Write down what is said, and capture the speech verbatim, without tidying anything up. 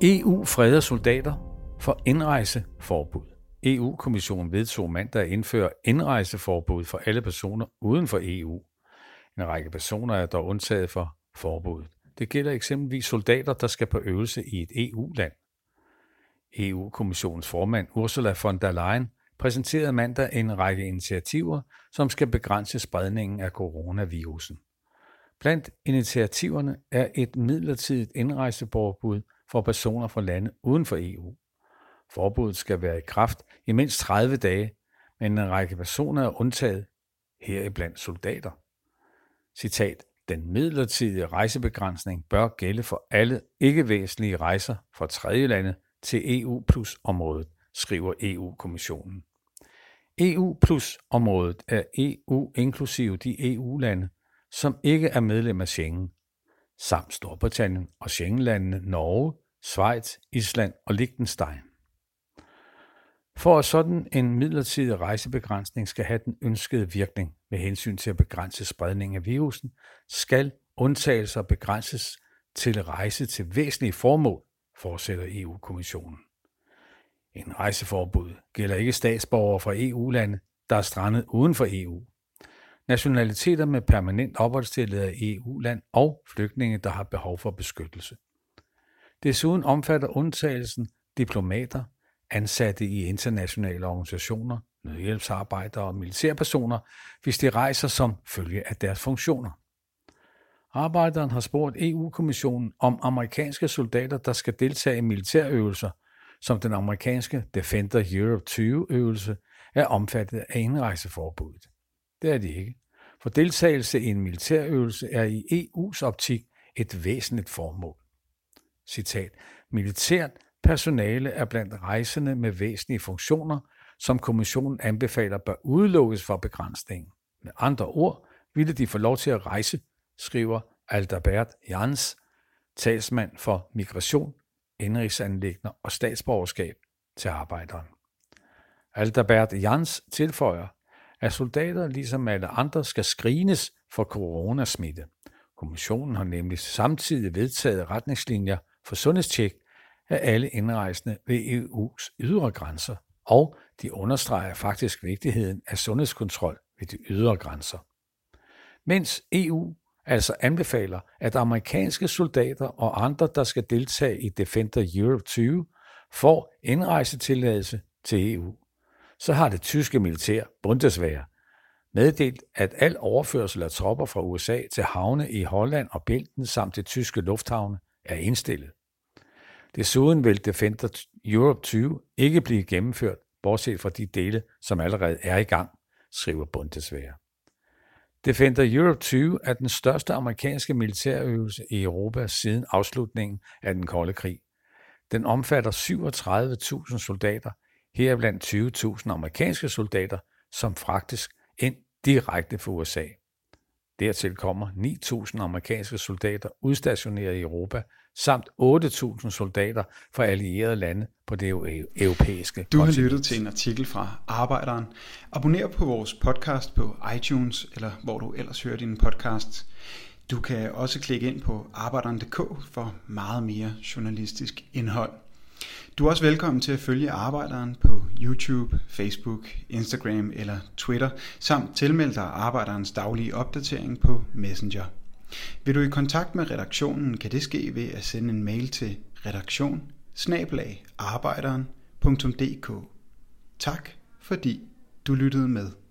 E U freder soldater for indrejseforbud. E U-kommissionen vedtog mandag at indføre indrejseforbud for alle personer uden for E U. En række personer er dog undtaget for forbuddet. Det gælder eksempelvis soldater, der skal på øvelse i et E U-land. E U-kommissionens formand Ursula von der Leyen præsenterede mandag en række initiativer, som skal begrænse spredningen af coronavirusen. Blandt initiativerne er et midlertidigt indrejseforbud for personer fra lande uden for E U. Forbuddet skal være i kraft i mindst tredive dage, men en række personer er undtaget, heriblandt soldater. Citat: Den midlertidige rejsebegrænsning bør gælde for alle ikke-væsentlige rejser fra tredjelande til E U plus området, skriver E U-kommissionen. E U plus området er E U inklusive de E U-lande, som ikke er medlem af Schengen, samt Storbritannien og Schengenlandene Norge, Schweiz, Island og Liechtenstein. For at sådan en midlertidig rejsebegrænsning skal have den ønskede virkning med hensyn til at begrænse spredningen af virusen, skal undtagelser begrænses til rejse til væsentlige formål, fortsætter E U-kommissionen. En rejseforbud gælder ikke statsborgere fra E U-lande, der er strandet uden for E U. Nationaliteter med permanent opholdstilladelse i E U-land og flygtninge, der har behov for beskyttelse. Desuden omfatter undtagelsen diplomater, ansatte i internationale organisationer, nødhjælpsarbejdere og militærpersoner, hvis de rejser som følge af deres funktioner. Arbejderen har spurgt E U-kommissionen om amerikanske soldater, der skal deltage i militærøvelser, som den amerikanske Defender Europe tyve-øvelse, er omfattet af indrejseforbuddet. Det er de ikke, for deltagelse i en militærøvelse er i E U's optik et væsentligt formål. Citat: Militært personale er blandt rejsende med væsentlige funktioner, som kommissionen anbefaler bør udelukkes for begrænsningen. Med andre ord ville de få lov til at rejse, skriver Adalbert Jans, talsmand for migration, indrigsanliggender og statsborgerskab til arbejderen. Adalbert Jans tilføjer, at soldater ligesom alle andre skal screenes for coronasmitte. Kommissionen har nemlig samtidig vedtaget retningslinjer for sundhedstjek af alle indrejsende ved E U's ydre grænser, og de understreger faktisk vigtigheden af sundhedskontrol ved de ydre grænser. Mens E U altså anbefaler, at amerikanske soldater og andre, der skal deltage i Defender Europe tyve, får indrejsetilladelse til E U, så har det tyske militær, Bundeswehr, meddelt, at al overførsel af tropper fra U S A til havne i Holland og Belgien samt det tyske lufthavne er indstillet. Desuden vil Defender Europe tyve ikke blive gennemført, bortset fra de dele, som allerede er i gang, skriver Bundeswehr. Defender Europe tyve er den største amerikanske militærøvelse i Europa siden afslutningen af den kolde krig. Den omfatter syvogtredive tusind soldater, heriblandt tyve tusind amerikanske soldater, som fragtes ind direkte fra U S A. Dertil kommer ni tusind amerikanske soldater udstationeret i Europa, samt otte tusind soldater fra allierede lande på det europæiske. Du har lyttet til en artikel fra Arbejderen. Abonner på vores podcast på iTunes, eller hvor du ellers hører dine podcasts. Du kan også klikke ind på arbejderen punktum d k for meget mere journalistisk indhold. Du er også velkommen til at følge Arbejderen på YouTube, Facebook, Instagram eller Twitter, samt tilmelde dig Arbejderens daglige opdatering på Messenger. Vil du i kontakt med redaktionen, kan det ske ved at sende en mail til redaktion bindestreg arbejderen punktum d k. Tak fordi du lyttede med.